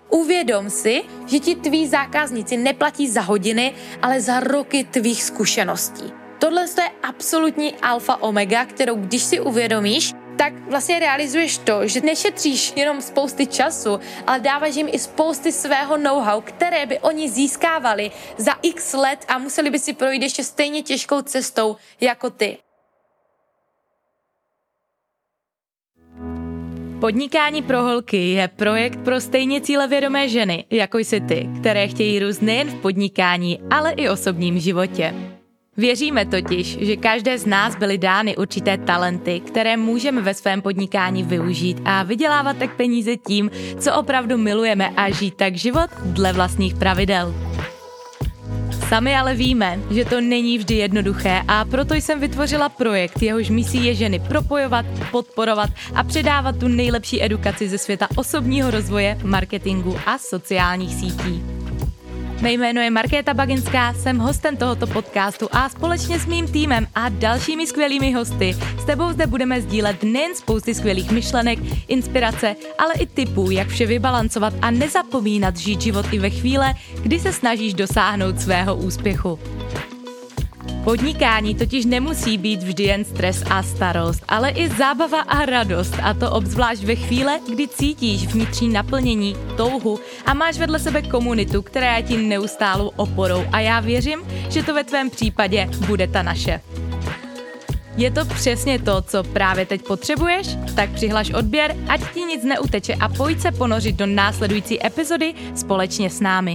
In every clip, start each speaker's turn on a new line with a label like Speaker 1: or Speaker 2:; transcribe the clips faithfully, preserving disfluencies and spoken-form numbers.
Speaker 1: Uvědom si, že ti tví zákazníci neplatí za hodiny, ale za roky tvých zkušeností. Tohle je absolutní alfa omega, kterou když si uvědomíš, tak vlastně realizuješ to, že nešetříš jenom spousty času, ale dáváš jim i spousty svého know-how, které by oni získávali za x let a museli by si projít ještě stejně těžkou cestou jako ty.
Speaker 2: Podnikání pro holky je projekt pro stejně cílevědomé ženy, jako jsi ty, které chtějí růst nejen v podnikání, ale i osobním životě. Věříme totiž, že každé z nás byly dány určité talenty, které můžeme ve svém podnikání využít a vydělávat tak peníze tím, co opravdu milujeme a žít tak život dle vlastních pravidel. Sami ale víme, že to není vždy jednoduché a proto jsem vytvořila projekt, jehož misí je ženy propojovat, podporovat a předávat tu nejlepší edukaci ze světa osobního rozvoje, marketingu a sociálních sítí. Mé jméno je Markéta Baginská, jsem hostem tohoto podcastu a společně s mým týmem a dalšími skvělými hosty s tebou zde budeme sdílet nejen spousty skvělých myšlenek, inspirace, ale i tipů, jak vše vybalancovat a nezapomínat žít život i ve chvíle, kdy se snažíš dosáhnout svého úspěchu. Podnikání totiž nemusí být vždy jen stres a starost, ale i zábava a radost, a to obzvlášť ve chvíle, kdy cítíš vnitřní naplnění, touhu a máš vedle sebe komunitu, která je ti neustálou oporou, a já věřím, že to ve tvém případě bude ta naše. Je to přesně to, co právě teď potřebuješ? Tak přihlaš odběr, ať ti nic neuteče a pojď se ponořit do následující epizody společně s námi.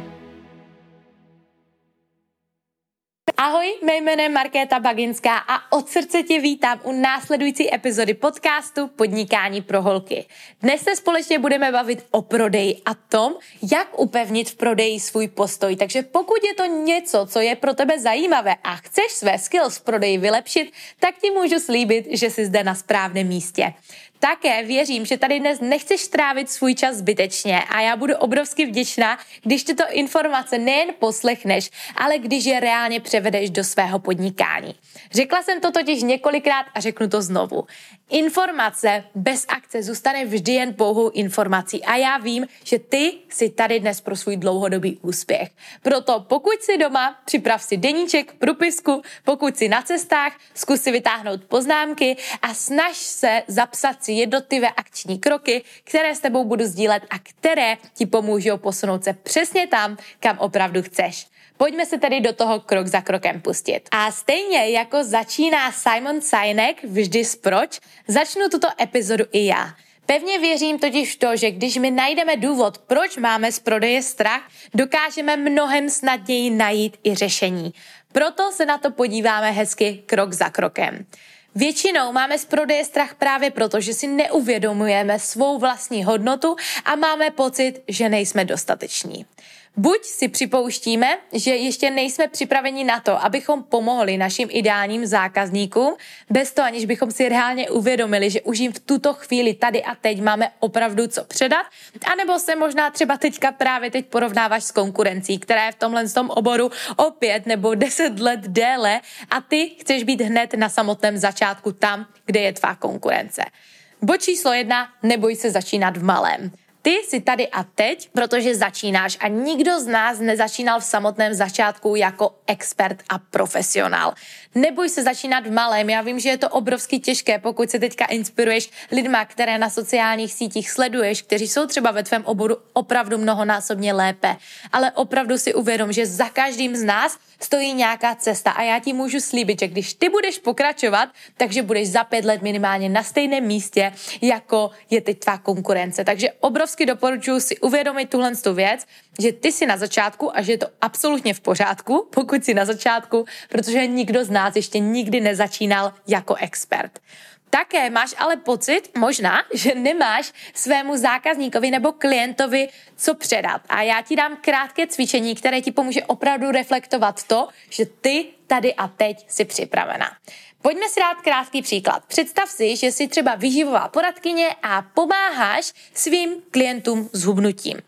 Speaker 1: Ahoj, mé jméno je Markéta Baginská a od srdce tě vítám u následující epizody podcastu Podnikání pro holky. Dnes se společně budeme bavit o prodeji a tom, jak upevnit v prodeji svůj postoj. Takže pokud je to něco, co je pro tebe zajímavé a chceš své skills v prodeji vylepšit, tak ti můžu slíbit, že jsi zde na správném místě. Také věřím, že tady dnes nechceš trávit svůj čas zbytečně a já budu obrovsky vděčná, když tyto informace nejen poslechneš, ale když je reálně převedeš do svého podnikání. Řekla jsem to totiž několikrát a řeknu to znovu. Informace bez akce zůstane vždy jen pouhou informací a já vím, že ty jsi tady dnes pro svůj dlouhodobý úspěch. Proto pokud jsi doma, připrav si deníček, průpisku, pokud jsi na cestách, zkus si vytáhnout poznámky a snaž se zapsat si jednotlivé akční kroky, které s tebou budu sdílet a které ti pomůžou posunout se přesně tam, kam opravdu chceš. Pojďme se tedy do toho krok za krokem pustit. A stejně jako začíná Simon Sinek vždy s proč, začnu tuto epizodu i já. Pevně věřím totiž v to, že když my najdeme důvod, proč máme z prodeje strach, dokážeme mnohem snadněji najít i řešení. Proto se na to podíváme hezky krok za krokem. Většinou máme z prodeje strach právě proto, že si neuvědomujeme svou vlastní hodnotu a máme pocit, že nejsme dostateční. Buď si připouštíme, že ještě nejsme připraveni na to, abychom pomohli našim ideálním zákazníkům, bez toho, aniž bychom si reálně uvědomili, že už jim v tuto chvíli tady a teď máme opravdu co předat, anebo se možná třeba teďka právě teď porovnáváš s konkurencí, která je v tomhle tom oboru o pět nebo deset let déle a ty chceš být hned na samotném začátku tam, kde je tvá konkurence. Bod číslo jedna, neboj se začínat v malém. Ty jsi tady a teď, protože začínáš a nikdo z nás nezačínal v samotném začátku jako expert a profesionál. Neboj se začínat v malém, já vím, že je to obrovsky těžké, pokud se teďka inspiruješ lidma, které na sociálních sítích sleduješ, kteří jsou třeba ve tvém oboru opravdu mnohonásobně lépe, ale opravdu si uvědom, že za každým z nás stojí nějaká cesta a já ti můžu slíbit, že když ty budeš pokračovat, takže budeš za pět let minimálně na stejném místě, jako je teď tvá konkurence. Takže obrovsky doporučuji si uvědomit tuhle věc, že ty jsi na začátku a že je to absolutně v pořádku, pokud jsi na začátku, protože nikdo z nás ještě nikdy nezačínal jako expert. Také máš ale pocit, možná, že nemáš svému zákazníkovi nebo klientovi co předat. A já ti dám krátké cvičení, které ti pomůže opravdu reflektovat to, že ty tady a teď jsi připravená. Pojďme si dát krátký příklad. Představ si, že jsi třeba výživová poradkyně a pomáháš svým klientům s hubnutím.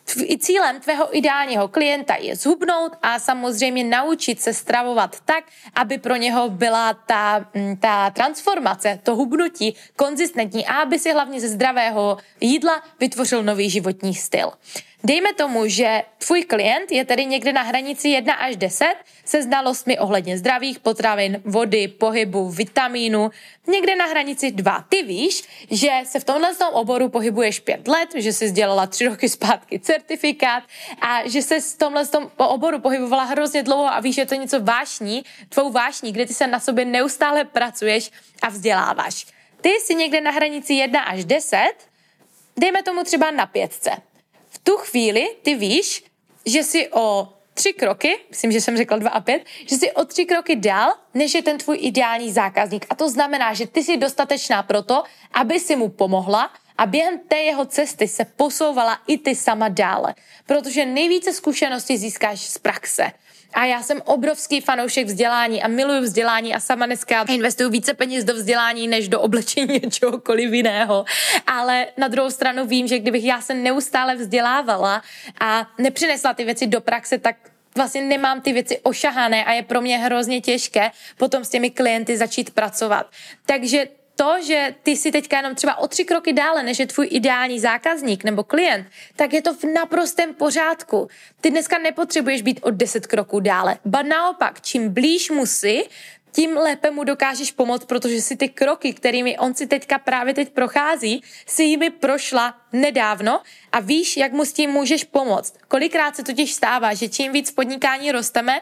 Speaker 1: Cílem tvého ideálního klienta je zhubnout a samozřejmě naučit se stravovat tak, aby pro něho byla ta, ta transformace, to hubnutí konzistentní a aby si hlavně ze zdravého jídla vytvořil nový životní styl. Dejme tomu, že tvůj klient je tedy někde na hranici jedna až deset se znalostmi ohledně zdravých potravin, vody, pohybu, vitamínu, někde na hranici dva. Ty víš, že se v tomhle oboru pohybuješ pět let, že jsi dělala tři roky zpátky certifikát a že se v tomhle oboru pohybovala hrozně dlouho a víš, že to je něco vášní, tvou vášní, kde ty se na sobě neustále pracuješ a vzděláváš. Ty jsi někde na hranici jedna až deset, dejme tomu třeba na pětce. V tu chvíli ty víš, že jsi o tři kroky, myslím, že jsem řekla dva a pět, že jsi o tři kroky dál, než je ten tvůj ideální zákazník. A to znamená, že ty jsi dostatečná proto, aby si mu pomohla a během té jeho cesty se posouvala i ty sama dále. Protože nejvíce zkušeností získáš z praxe. A já jsem obrovský fanoušek vzdělání a miluju vzdělání a sama dneska investuju více peněz do vzdělání, než do oblečení čehokoliv jiného. Ale na druhou stranu vím, že kdybych já se neustále vzdělávala a nepřinesla ty věci do praxe, tak vlastně nemám ty věci ošahané a je pro mě hrozně těžké potom s těmi klienty začít pracovat. Takže to, že ty jsi teďka jenom třeba o tři kroky dále, než je tvůj ideální zákazník nebo klient, tak je to v naprostém pořádku. Ty dneska nepotřebuješ být o deset kroků dále. Ba naopak, čím blíž mu si, tím lépe mu dokážeš pomoct, protože si ty kroky, kterými on si teďka právě teď prochází, si jimi prošla nedávno a víš, jak mu s tím můžeš pomoct. Kolikrát se totiž stává, že čím víc v podnikání rosteme,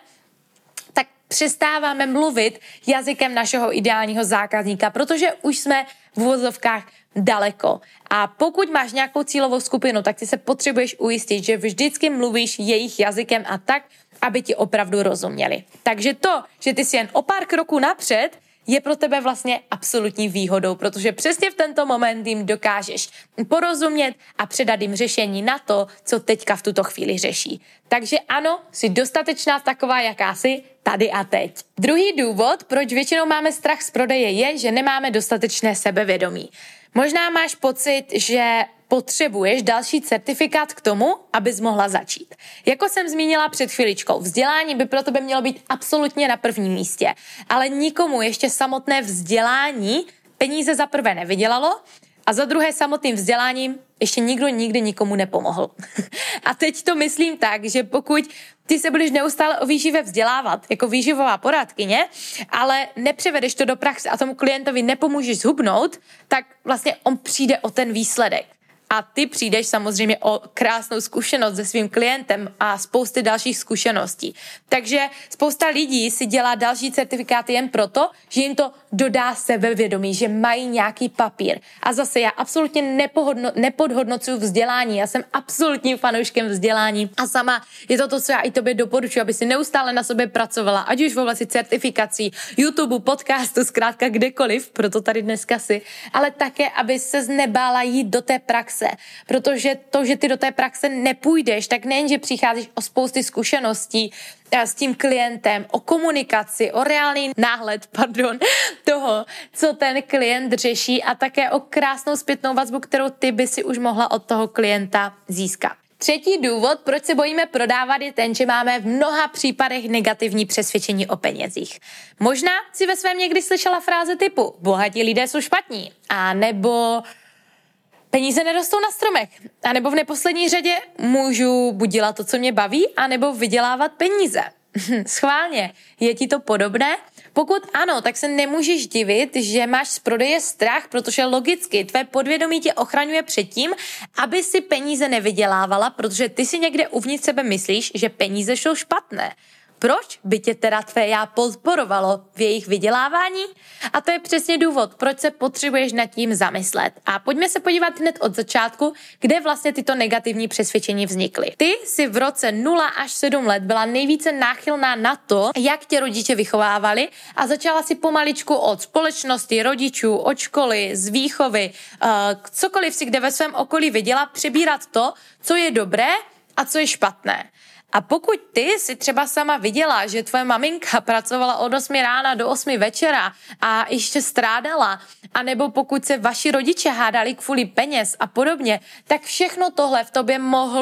Speaker 1: tak přestáváme mluvit jazykem našeho ideálního zákazníka, protože už jsme v uvozovkách daleko. A pokud máš nějakou cílovou skupinu, tak ty se potřebuješ ujistit, že vždycky mluvíš jejich jazykem a tak, aby ti opravdu rozuměli. Takže to, že ty jsi jen o pár kroků napřed, je pro tebe vlastně absolutní výhodou, protože přesně v tento moment jim dokážeš porozumět a předat jim řešení na to, co teďka v tuto chvíli řeší. Takže ano, jsi dostatečná taková, jaká jsi, tady a teď. Druhý důvod, proč většinou máme strach z prodeje, je, že nemáme dostatečné sebevědomí. Možná máš pocit, že potřebuješ další certifikát k tomu, abys mohla začít. Jako jsem zmínila před chviličkou, vzdělání by pro tebe mělo být absolutně na prvním místě, ale nikomu ještě samotné vzdělání peníze za prvé nevydělalo a za druhé samotným vzděláním ještě nikdo nikdy nikomu nepomohl. A teď to myslím tak, že pokud ty se budeš neustále o výživě vzdělávat, jako výživová poradkyně, ale nepřevedeš to do praxe a tomu klientovi nepomůžeš zhubnout, tak vlastně on přijde o ten výsledek. A ty přijdeš samozřejmě o krásnou zkušenost se svým klientem a spousty dalších zkušeností. Takže spousta lidí si dělá další certifikáty jen proto, že jim to dodá sebevědomí, že mají nějaký papír. A zase já absolutně nepohodno, nepodhodnocuju vzdělání, já jsem absolutním fanouškem vzdělání a sama je to to, co já i tobě doporučuji, aby si neustále na sobě pracovala, ať už v oblasti certifikací, YouTube, podcastu, zkrátka kdekoliv, proto tady dneska si, ale také, aby ses nebála jít do té praxe. Protože to, že ty do té praxe nepůjdeš, tak nejen, že přicházíš o spousty zkušeností s tím klientem, o komunikaci, o reálný náhled, pardon, toho, co ten klient řeší a také o krásnou zpětnou vazbu, kterou ty by si už mohla od toho klienta získat. Třetí důvod, proč se bojíme prodávat, je ten, že máme v mnoha případech negativní přesvědčení o penězích. Možná si ve svém někdy slyšela fráze typu bohatí lidé jsou špatní, a nebo peníze nerostou na stromech. A nebo v neposlední řadě můžu buď dělat to, co mě baví, anebo vydělávat peníze. Schválně, je ti to podobné? Pokud ano, tak se nemůžeš divit, že máš z prodeje strach, protože logicky tvé podvědomí tě ochraňuje před tím, aby si peníze nevydělávala, protože ty si někde uvnitř sebe myslíš, že peníze jsou špatné. Proč by tě teda tvé já podporovalo v jejich vydělávání? A to je přesně důvod, proč se potřebuješ nad tím zamyslet. A pojďme se podívat hned od začátku, kde vlastně tyto negativní přesvědčení vznikly. Ty si v roce nula až sedm let byla nejvíce náchylná na to, jak tě rodiče vychovávali a začala si pomaličku od společnosti, rodičů, od školy, z výchovy, uh, cokoliv si kde ve svém okolí viděla, přebírat to, co je dobré a co je špatné. A pokud ty si třeba sama viděla, že tvoje maminka pracovala od osmi rána do osmi večera a ještě strádala, anebo pokud se vaši rodiče hádali kvůli peněz a podobně, tak všechno tohle v tobě mohlo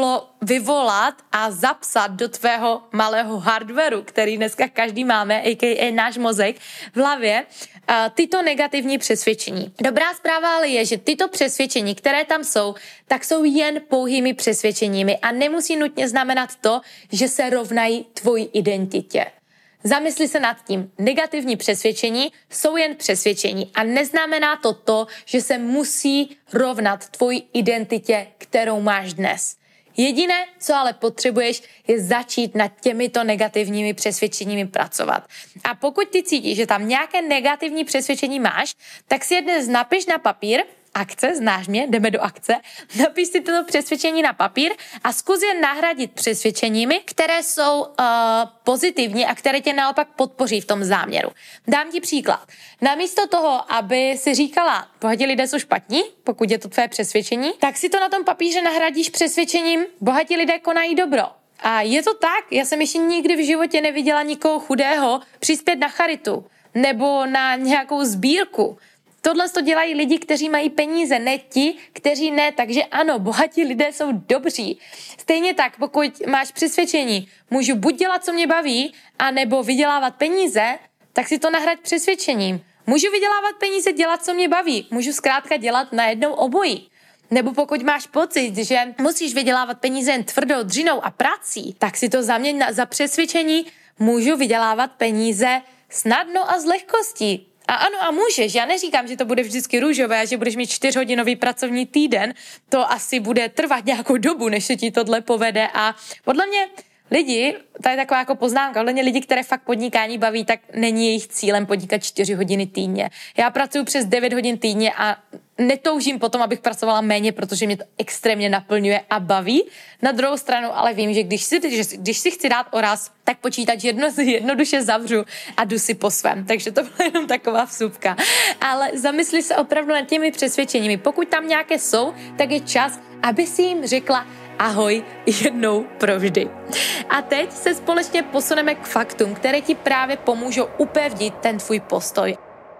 Speaker 1: vyvolat a zapsat do tvého malého hardwareu, který dneska každý máme, a ká a náš mozek v hlavě, tyto negativní přesvědčení. Dobrá zpráva ale je, že tyto přesvědčení, které tam jsou, tak jsou jen pouhými přesvědčeními a nemusí nutně znamenat to, že se rovnají tvojí identitě. Zamysli se nad tím. Negativní přesvědčení jsou jen přesvědčení a neznamená to to, že se musí rovnat tvojí identitě, kterou máš dnes. Jediné, co ale potřebuješ, je začít nad těmito negativními přesvědčeními pracovat. A pokud ty cítíš, že tam nějaké negativní přesvědčení máš, tak si je dnes napiš na papír, akce, znáš mě, jdeme do akce, napiš si toto přesvědčení na papír a zkus je nahradit přesvědčeními, které jsou uh, pozitivní a které tě naopak podpoří v tom záměru. Dám ti příklad. Namísto toho, aby si říkala, bohatí lidé jsou špatní, pokud je to tvé přesvědčení, tak si to na tom papíře nahradíš přesvědčením, bohatí lidé konají dobro. A je to tak, já jsem ještě nikdy v životě neviděla nikoho chudého přispět na charitu nebo na nějakou sbírku. Tohle to dělají lidi, kteří mají peníze, ne ti, kteří ne, takže ano, bohatí lidé jsou dobří. Stejně tak, pokud máš přesvědčení, můžu buď dělat, co mě baví, anebo vydělávat peníze, tak si to nahraď přesvědčením. Můžu vydělávat peníze, dělat, co mě baví, můžu zkrátka dělat najednou obojí. Nebo pokud máš pocit, že musíš vydělávat peníze jen tvrdou dřinou a prací, tak si to zaměň na, za přesvědčení, můžu vydělávat peníze snadno a s lehkostí. A ano, a můžeš. Já neříkám, že to bude vždycky růžové a že budeš mít čtyřhodinový pracovní týden. To asi bude trvat nějakou dobu, než se ti tohle povede. A podle mě lidi, to je taková jako poznámka, podle mě lidi, které fakt podnikání baví, tak není jejich cílem podnikat čtyři hodiny týdně. Já pracuji přes devět hodin týdně a netoužím potom, abych pracovala méně, protože mě to extrémně naplňuje a baví. Na druhou stranu ale vím, že když si, když si chci dát oraz, tak počítač jedno, jednoduše zavřu a jdu si po svém. Takže to byla jenom taková vsuvka. Ale zamysli se opravdu nad těmi přesvědčeními. Pokud tam nějaké jsou, tak je čas, aby si jim řekla ahoj jednou provždy. A teď se společně posuneme k faktům, které ti právě pomůžou upevnit ten tvůj postoj.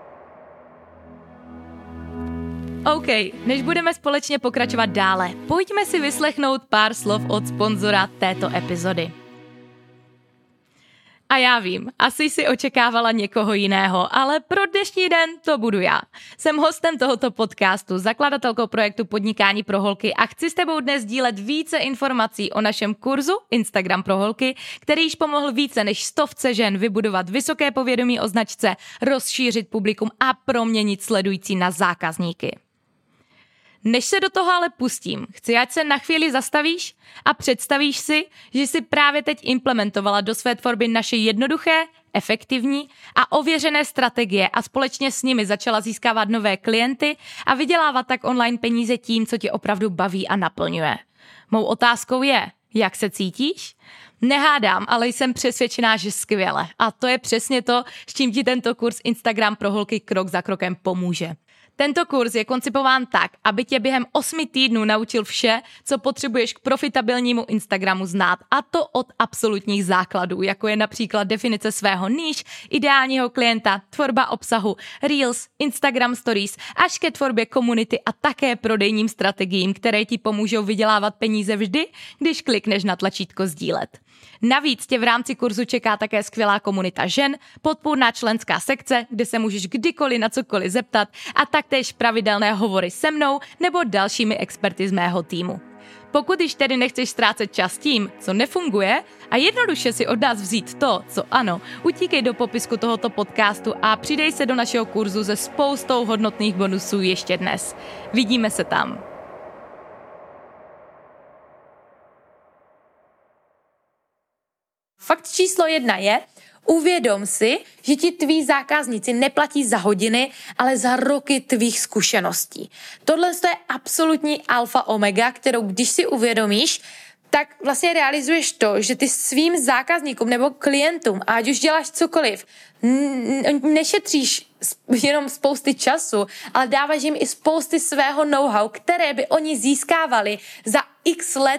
Speaker 2: OK, než budeme společně pokračovat dále, pojďme si vyslechnout pár slov od sponzora této epizody. A já vím, asi si očekávala někoho jiného, ale pro dnešní den to budu já. Jsem hostem tohoto podcastu, zakladatelkou projektu Podnikání pro holky a chci s tebou dnes sdílet více informací o našem kurzu Instagram pro holky, který již pomohl více než stovce žen vybudovat vysoké povědomí o značce, rozšířit publikum a proměnit sledující na zákazníky. Než se do toho ale pustím, chci, ať se na chvíli zastavíš a představíš si, že jsi právě teď implementovala do své tvorby naše jednoduché, efektivní a ověřené strategie a společně s nimi začala získávat nové klienty a vydělávat tak online peníze tím, co tě opravdu baví a naplňuje. Mou otázkou je, jak se cítíš? Nehádám, ale jsem přesvědčená, že skvěle. A to je přesně to, s čím ti tento kurz Instagram pro holky krok za krokem pomůže. Tento kurz je koncipován tak, aby tě během osmi týdnů naučil vše, co potřebuješ k profitabilnímu Instagramu znát, a to od absolutních základů, jako je například definice svého níž, ideálního klienta, tvorba obsahu, Reels, Instagram Stories, až ke tvorbě komunity a také prodejním strategiím, které ti pomůžou vydělávat peníze vždy, když klikneš na tlačítko sdílet. Navíc tě v rámci kurzu čeká také skvělá komunita žen, podpůrná členská sekce, kde se můžeš kdykoliv na cokoliv zeptat, a taktéž pravidelné hovory se mnou nebo dalšími experty z mého týmu. Pokud již tedy nechceš ztrácet čas tím, co nefunguje, a jednoduše si od nás vzít to, co ano, utíkej do popisku tohoto podcastu a přidej se do našeho kurzu se spoustou hodnotných bonusů ještě dnes. Vidíme se tam.
Speaker 1: Fakt číslo jedna je, uvědom si, že ti tví zákazníci neplatí za hodiny, ale za roky tvých zkušeností. Tohle je absolutní alfa omega, kterou když si uvědomíš, tak vlastně realizuješ to, že ty svým zákazníkům nebo klientům, ať už děláš cokoliv, nešetříš jenom spousty času, ale dáváš jim i spousty svého know-how, které by oni získávali za x let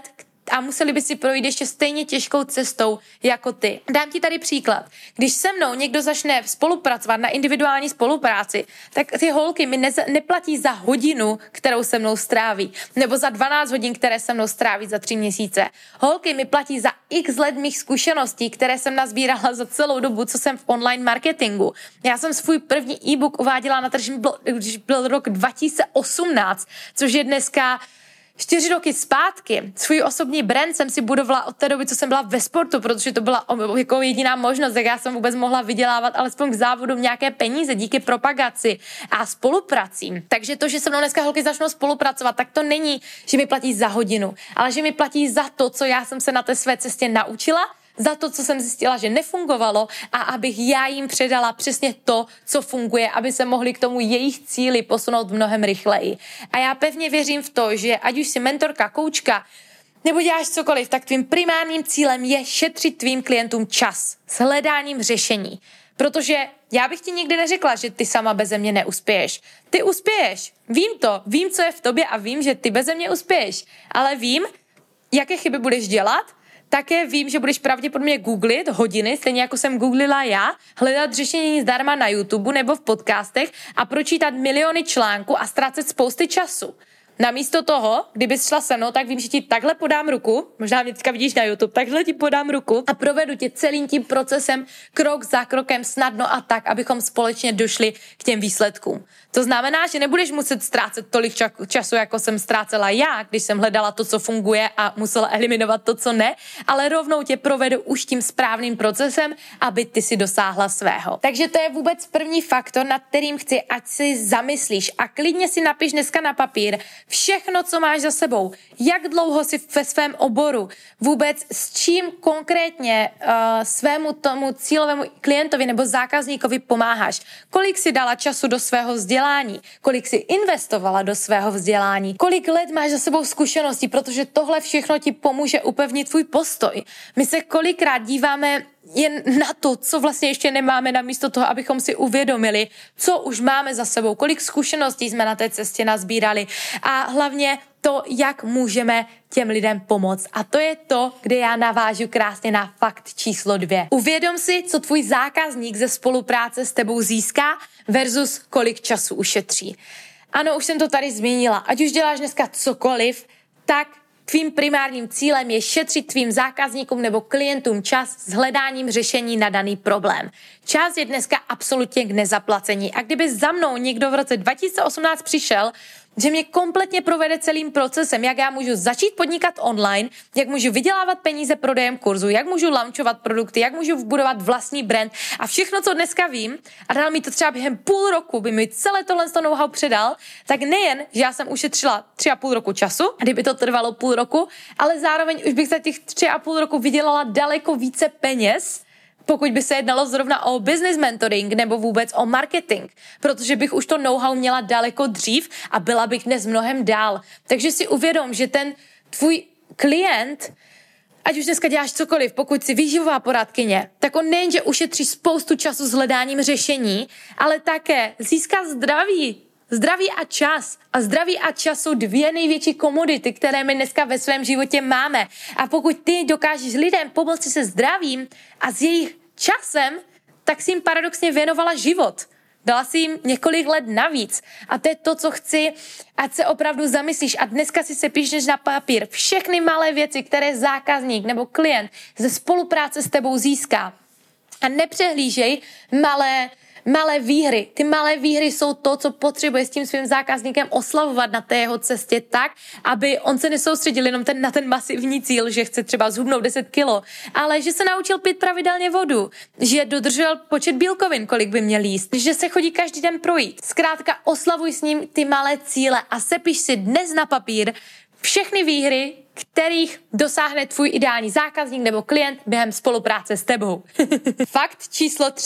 Speaker 1: a museli by si projít ještě stejně těžkou cestou jako ty. Dám ti tady příklad. Když se mnou někdo začne spolupracovat na individuální spolupráci, tak ty holky mi neza, neplatí za hodinu, kterou se mnou stráví, nebo za dvanáct hodin, které se mnou stráví za tři měsíce. Holky mi platí za x let mých zkušeností, které jsem nazbírala za celou dobu, co jsem v online marketingu. Já jsem svůj první e-book uváděla na trh, když byl rok dva tisíce osmnáct, což je dneska čtyři roky zpátky. Svůj osobní brand jsem si budovala od té doby, co jsem byla ve sportu, protože to byla jako jediná možnost, jak já jsem vůbec mohla vydělávat alespoň k závodu nějaké peníze díky propagaci a spolupracím. Takže to, že se mnou dneska holky začnou spolupracovat, tak to není, že mi platí za hodinu, ale že mi platí za to, co já jsem se na té své cestě naučila, za to, co jsem zjistila, že nefungovalo a abych já jim předala přesně to, co funguje, aby se mohli k tomu jejich cíli posunout mnohem rychleji. A já pevně věřím v to, že ať už jsi mentorka, koučka, nebo děláš cokoliv, tak tvým primárním cílem je šetřit tvým klientům čas s hledáním řešení. Protože já bych ti nikdy neřekla, že ty sama beze mě neuspěješ. Ty uspěješ. Vím to, vím, co je v tobě a vím, že ty beze mě uspěješ. Ale vím, jaké chyby budeš dělat. Také vím, že budeš pravděpodobně googlit hodiny, stejně jako jsem googlila já, hledat řešení zdarma na YouTube nebo v podcastech a pročítat miliony článků a ztrácet spousty času. Namísto toho, kdybys šla se mnou, tak vím, že ti takhle podám ruku, možná mě teďka vidíš na YouTube, takhle ti podám ruku a provedu tě celým tím procesem krok za krokem snadno a tak, abychom společně došli k těm výsledkům. To znamená, že nebudeš muset ztrácet tolik času, jako jsem ztrácela já, když jsem hledala to, co funguje a musela eliminovat to, co ne, ale rovnou tě provedu už tím správným procesem, aby ty si dosáhla svého. Takže to je vůbec první faktor, nad kterým chci, ať si zamyslíš a klidně si napiš dneska na papír všechno, co máš za sebou, jak dlouho jsi ve svém oboru, vůbec s čím konkrétně uh, svému tomu cílovému klientovi nebo zákazníkovi pomáháš, kolik si dala času do svého vzdělání, kolik si investovala do svého vzdělání, kolik let máš za sebou zkušeností, protože tohle všechno ti pomůže upevnit tvůj postoj. My se kolikrát díváme jen na to, co vlastně ještě nemáme, namísto toho, abychom si uvědomili, co už máme za sebou, kolik zkušeností jsme na té cestě nazbírali a hlavně to, jak můžeme těm lidem pomoct. A to je to, kde já navážu krásně na fakt číslo dvě. Uvědom si, co tvůj zákazník ze spolupráce s tebou získá versus kolik času ušetří. Ano, už jsem to tady zmínila. Ať už děláš dneska cokoliv, tak tvým primárním cílem je šetřit tvým zákazníkům nebo klientům čas s hledáním řešení na daný problém. Čas je dneska absolutně k nezaplacení. A kdyby za mnou někdo v roce dva tisíce osmnáct přišel, že mě kompletně provede celým procesem, jak já můžu začít podnikat online, jak můžu vydělávat peníze prodejem kurzu, jak můžu launchovat produkty, jak můžu vbudovat vlastní brand a všechno, co dneska vím, a dal mi to třeba během půl roku, by mi celé tohle know-how předal, tak nejen, že já jsem ušetřila tři a půl roku času, kdyby to trvalo půl roku, ale zároveň už bych za těch tři a půl roku vydělala daleko více peněz, pokud by se jednalo zrovna o business mentoring nebo vůbec o marketing, protože bych už to know-how měla daleko dřív a byla bych dnes mnohem dál. Takže si uvědom, že ten tvůj klient, ať už dneska děláš cokoliv, pokud jsi výživová poradkyně, tak on nejenže ušetří spoustu času s hledáním řešení, ale také získá zdraví. Zdraví a čas. A zdraví a čas jsou dvě největší komodity, které my dneska ve svém životě máme. A pokud ty dokážeš lidem pomoci se zdravím a s jejich časem, tak si jim paradoxně věnovala život. Dala si jim několik let navíc. A to je to, co chci, ať se opravdu zamyslíš a dneska si se píšeš na papír všechny malé věci, které zákazník nebo klient ze spolupráce s tebou získá. A nepřehlížej malé Malé výhry. Ty malé výhry jsou to, co potřebuje s tím svým zákazníkem oslavovat na té jeho cestě tak, aby on se nesoustředil jenom ten, na ten masivní cíl, že chce třeba zhubnout deset kilo, ale že se naučil pít pravidelně vodu, že dodržel počet bílkovin, kolik by měl jíst, že se chodí každý den projít. Zkrátka oslavuj s ním ty malé cíle a sepiš si dnes na papír všechny výhry, kterých dosáhne tvůj ideální zákazník nebo klient během spolupráce s tebou. Fakt číslo tři.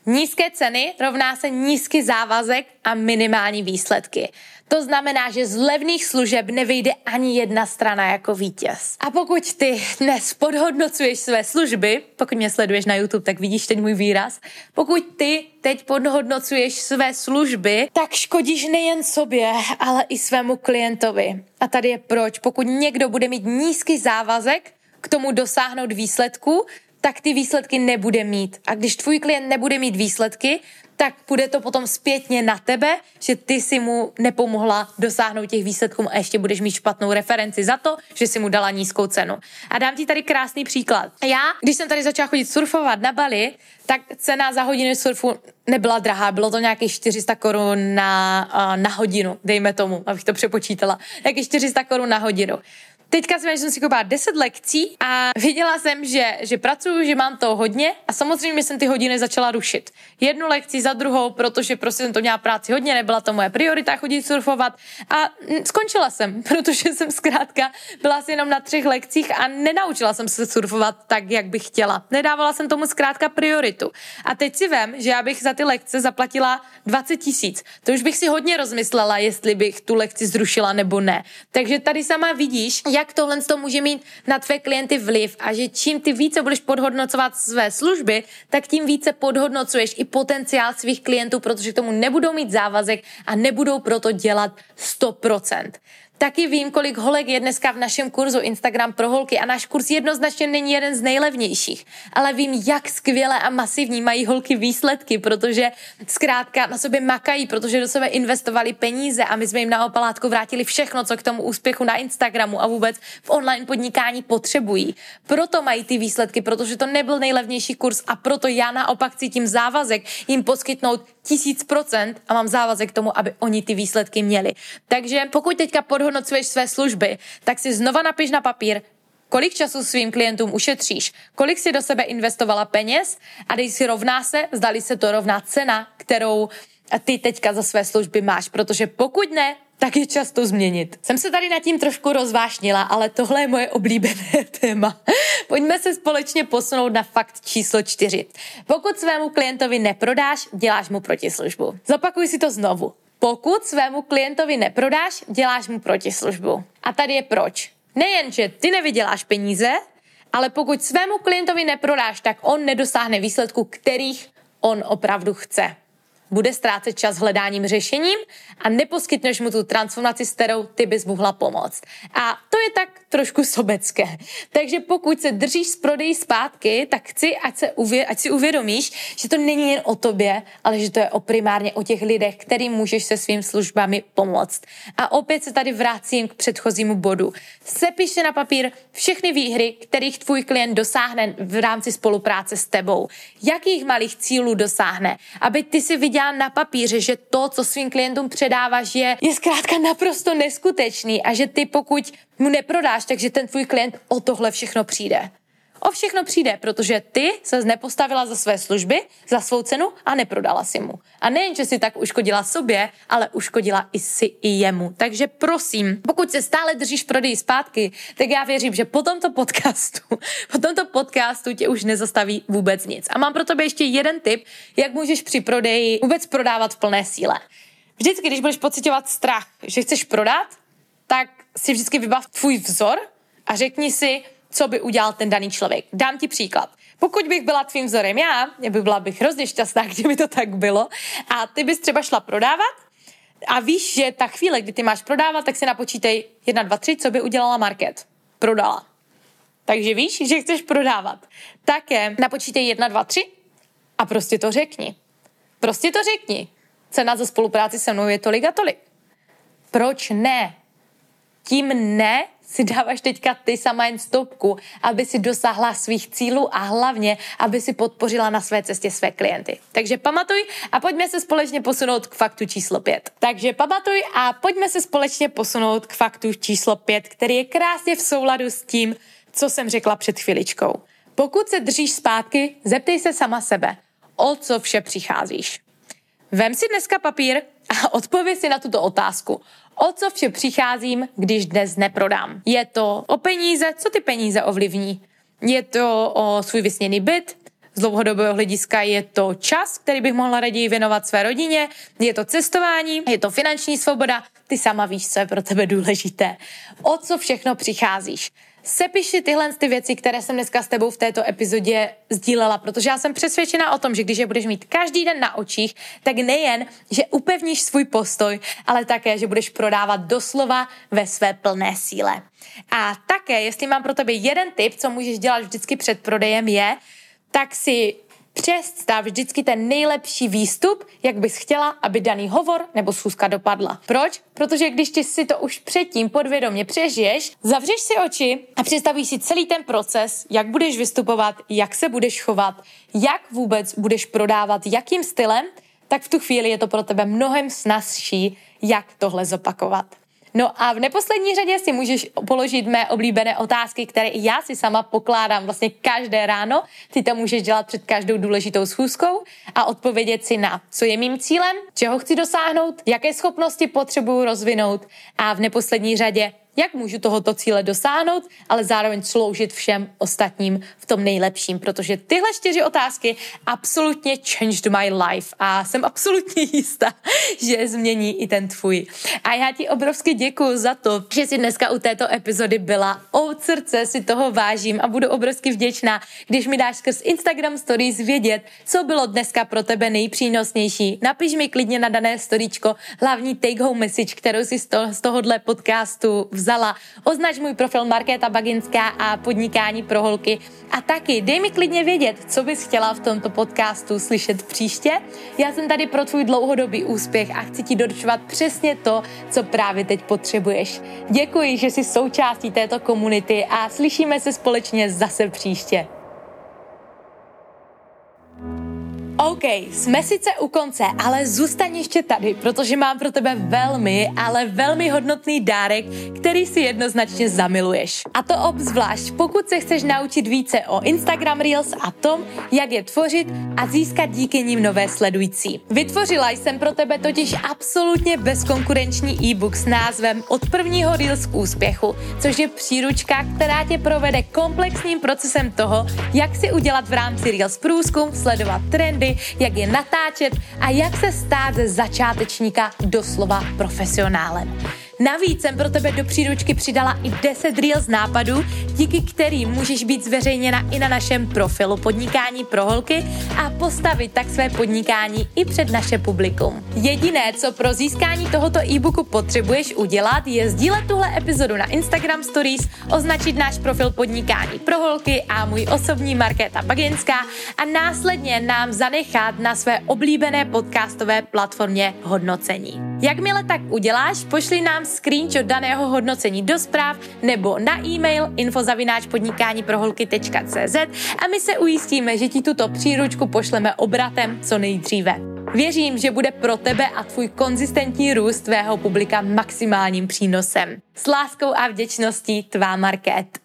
Speaker 1: Nízké ceny rovná se nízký závazek a minimální výsledky. To znamená, že z levných služeb nevyjde ani jedna strana jako vítěz. A pokud ty dnes podhodnocuješ své služby, pokud mě sleduješ na YouTube, tak vidíš teď můj výraz, pokud ty teď podhodnocuješ své služby, tak škodíš nejen sobě, ale i svému klientovi. A tady je proč. Pokud někdo bude mít nízký závazek k tomu dosáhnout výsledku, tak ty výsledky nebude mít. A když tvůj klient nebude mít výsledky, tak bude to potom zpětně na tebe, že ty si mu nepomohla dosáhnout těch výsledků a ještě budeš mít špatnou referenci za to, že si mu dala nízkou cenu. A dám ti tady krásný příklad. Já, když jsem tady začala chodit surfovat na Bali, tak cena za hodinu surfu nebyla drahá, bylo to nějakých čtyři sta korun na, na hodinu, dejme tomu, abych to přepočítala, nějakých čtyři sta korun na hodinu. Teďka jsem, že jsem si koupila deset lekcí a viděla jsem, že, že pracuju, že mám to hodně a samozřejmě jsem ty hodiny začala rušit. Jednu lekci za druhou, protože prostě jsem to měla práci hodně, nebyla to moje priorita chodit surfovat a skončila jsem, protože jsem zkrátka byla asi jenom na třech lekcích a nenaučila jsem se surfovat tak, jak bych chtěla. Nedávala jsem tomu zkrátka prioritu. A teď si vem, že já bych za ty lekce zaplatila dvacet tisíc. To už bych si hodně rozmyslela, jestli bych tu lekci zrušila nebo ne. Takže tady sama vidíš, jak tohle to může mít na tvé klienty vliv a že čím ty více budeš podhodnocovat své služby, tak tím více podhodnocuješ i potenciál svých klientů, protože k tomu nebudou mít závazek a nebudou proto dělat sto procent. Taky vím, kolik holek je dneska v našem kurzu Instagram pro holky a náš kurz jednoznačně není jeden z nejlevnějších, ale vím, jak skvěle a masivní mají holky výsledky, protože zkrátka na sobě makají, protože do sebe investovali peníze a my jsme jim na opalátku vrátili všechno, co k tomu úspěchu na Instagramu a vůbec v online podnikání potřebují. Proto mají ty výsledky, protože to nebyl nejlevnější kurz a proto já naopak cítím závazek jim poskytnout tisíc procent a mám závazek k tomu, aby oni ty výsledky měli. Takže pokud teďka podhodnocuješ své služby, tak si znova napiš na papír, kolik času svým klientům ušetříš, kolik si do sebe investovala peněz a dej si rovná se, zdali se to rovná cena, kterou ty teďka za své služby máš, protože pokud ne, tak je čas to změnit. Jsem se tady nad tím trošku rozvášnila, ale tohle je moje oblíbené téma. Pojďme se společně posunout na fakt číslo čtyři. Pokud svému klientovi neprodáš, děláš mu protislužbu. Zopakuj si to znovu. Pokud svému klientovi neprodáš, děláš mu protislužbu. A tady je proč. Nejen, že ty nevyděláš peníze, ale pokud svému klientovi neprodáš, tak on nedosáhne výsledku, kterých on opravdu chce. Bude ztrácet čas hledáním řešením a neposkytneš mu tu transformaci, s kterou ty bys mohla pomoct. A to je tak trošku sobecké. Takže pokud se držíš z prodeji zpátky, tak chci, ať, se uvě- ať si uvědomíš, že to není jen o tobě, ale že to je o primárně o těch lidech, kterým můžeš se svým službami pomoct. A opět se tady vracím k předchozímu bodu. Sepiš si na papír všechny výhry, kterých tvůj klient dosáhne v rámci spolupráce s tebou. Jakých malých cílů dosáhne, aby ty si viděl na papíře, že to, co svým klientům předáváš, je, je zkrátka naprosto neskutečný a že ty, pokud mu neprodáš, takže ten tvůj klient o tohle všechno přijde. O všechno přijde, protože ty ses nepostavila za své služby, za svou cenu a neprodala si mu. A nejen, že si tak uškodila sobě, ale uškodila i si i jemu. Takže prosím, pokud se stále držíš prodeji zpátky, tak já věřím, že po tomto podcastu, po tomto podcastu tě už nezastaví vůbec nic. A mám pro tebe ještě jeden tip, jak můžeš při prodeji vůbec prodávat v plné síle. Vždycky, když budeš pociťovat strach, že chceš prodat, tak si vždycky vybav tvůj vzor a řekni si, co by udělal ten daný člověk. Dám ti příklad. Pokud bych byla tvým vzorem já, já by byla bych hrozně šťastná, kdyby to tak bylo, a ty bys třeba šla prodávat a víš, že ta chvíle, kdy ty máš prodávat, tak si napočítej jedna, dva, tři, co by udělala market. Prodala. Takže víš, že chceš prodávat. Také napočítej jedna, dva, tři a prostě to řekni. Prostě to řekni. Cena za spolupráci se mnou je tolik a tolik. Proč ne? Tím ne si dáváš teďka ty sama jen stopku, aby si dosáhla svých cílů a hlavně, aby si podpořila na své cestě své klienty. Takže pamatuj a pojďme se společně posunout k faktu číslo pět. Takže pamatuj a pojďme se společně posunout k faktu číslo pět, který je krásně v souladu s tím, co jsem řekla před chviličkou. Pokud se držíš zpátky, zeptej se sama sebe, o co vše přicházíš. Vem si dneska papír a odpověď si na tuto otázku. O co vše přicházím, když dnes neprodám? Je to o peníze? Co ty peníze ovlivní? Je to o svůj vysněný byt? Z dlouhodobého hlediska je to čas, který bych mohla raději věnovat své rodině, je to cestování, je to finanční svoboda, ty sama víš, co je pro tebe důležité. O co všechno přicházíš? Sepiš si tyhle ty věci, které jsem dneska s tebou v této epizodě sdílela, protože já jsem přesvědčena o tom, že když je budeš mít každý den na očích, tak nejen, že upevníš svůj postoj, ale také, že budeš prodávat doslova ve své plné síle. A také, jestli mám pro tebe jeden tip, co můžeš dělat vždycky před prodejem je, tak si představ vždycky ten nejlepší výstup, jak bys chtěla, aby daný hovor nebo schůzka dopadla. Proč? Protože když ty si to už předtím podvědomě přežiješ, zavřeš si oči a představíš si celý ten proces, jak budeš vystupovat, jak se budeš chovat, jak vůbec budeš prodávat, jakým stylem, tak v tu chvíli je to pro tebe mnohem snazší, jak tohle zopakovat. No a v neposlední řadě si můžeš položit mé oblíbené otázky, které i já si sama pokládám vlastně každé ráno. Ty to můžeš dělat před každou důležitou schůzkou a odpovědět si na, co je mým cílem, čeho chci dosáhnout, jaké schopnosti potřebuju rozvinout a v neposlední řadě, jak můžu tohoto cíle dosáhnout, ale zároveň sloužit všem ostatním v tom nejlepším, protože tyhle čtyři otázky absolutně changed my life a jsem absolutně jistá, že změní i ten tvůj. A já ti obrovsky děkuju za to, že jsi dneska u této epizody byla. Od srdce si toho vážím a budu obrovsky vděčná, když mi dáš skrz Instagram Stories vědět, co bylo dneska pro tebe nejpřínosnější. Napiš mi klidně na dané storíčko hlavní take home message, kterou si z, to, z tohohle podcastu vzala. Označ můj profil Markéta Baginská a podnikání pro holky a taky dej mi klidně vědět, co bys chtěla v tomto podcastu slyšet příště. Já jsem tady pro tvůj dlouhodobý úspěch a chci ti doručovat přesně to, co právě teď potřebuješ. Děkuji, že jsi součástí této komunity a slyšíme se společně zase příště. OK, jsme sice u konce, ale zůstaň ještě tady, protože mám pro tebe velmi, ale velmi hodnotný dárek, který si jednoznačně zamiluješ. A to obzvlášť, pokud se chceš naučit více o Instagram Reels a tom, jak je tvořit a získat díky nim nové sledující. Vytvořila jsem pro tebe totiž absolutně bezkonkurenční e-book s názvem Od prvního Reels k úspěchu, což je příručka, která tě provede komplexním procesem toho, jak si udělat v rámci Reels průzkum, sledovat trendy, jak je natáčet a jak se stát ze začátečníka doslova profesionálem. Navíc jsem pro tebe do příručky přidala i deset Reels nápadů, díky kterým můžeš být zveřejněna i na našem profilu Podnikání pro holky a postavit tak své podnikání i před naše publikum. Jediné, co pro získání tohoto e-booku potřebuješ udělat, je sdílet tuhle epizodu na Instagram Stories, označit náš profil Podnikání pro holky a můj osobní Markéta Baginská a následně nám zanechat na své oblíbené podcastové platformě hodnocení. Jakmile tak uděláš, pošli nám screenshot daného hodnocení do zpráv nebo na e-mail info zavináč podnikání pro holky tečka cé zet a my se ujistíme, že ti tuto příručku pošleme obratem co nejdříve. Věřím, že bude pro tebe a tvůj konzistentní růst tvého publika maximálním přínosem. S láskou a vděčností tvá Markét.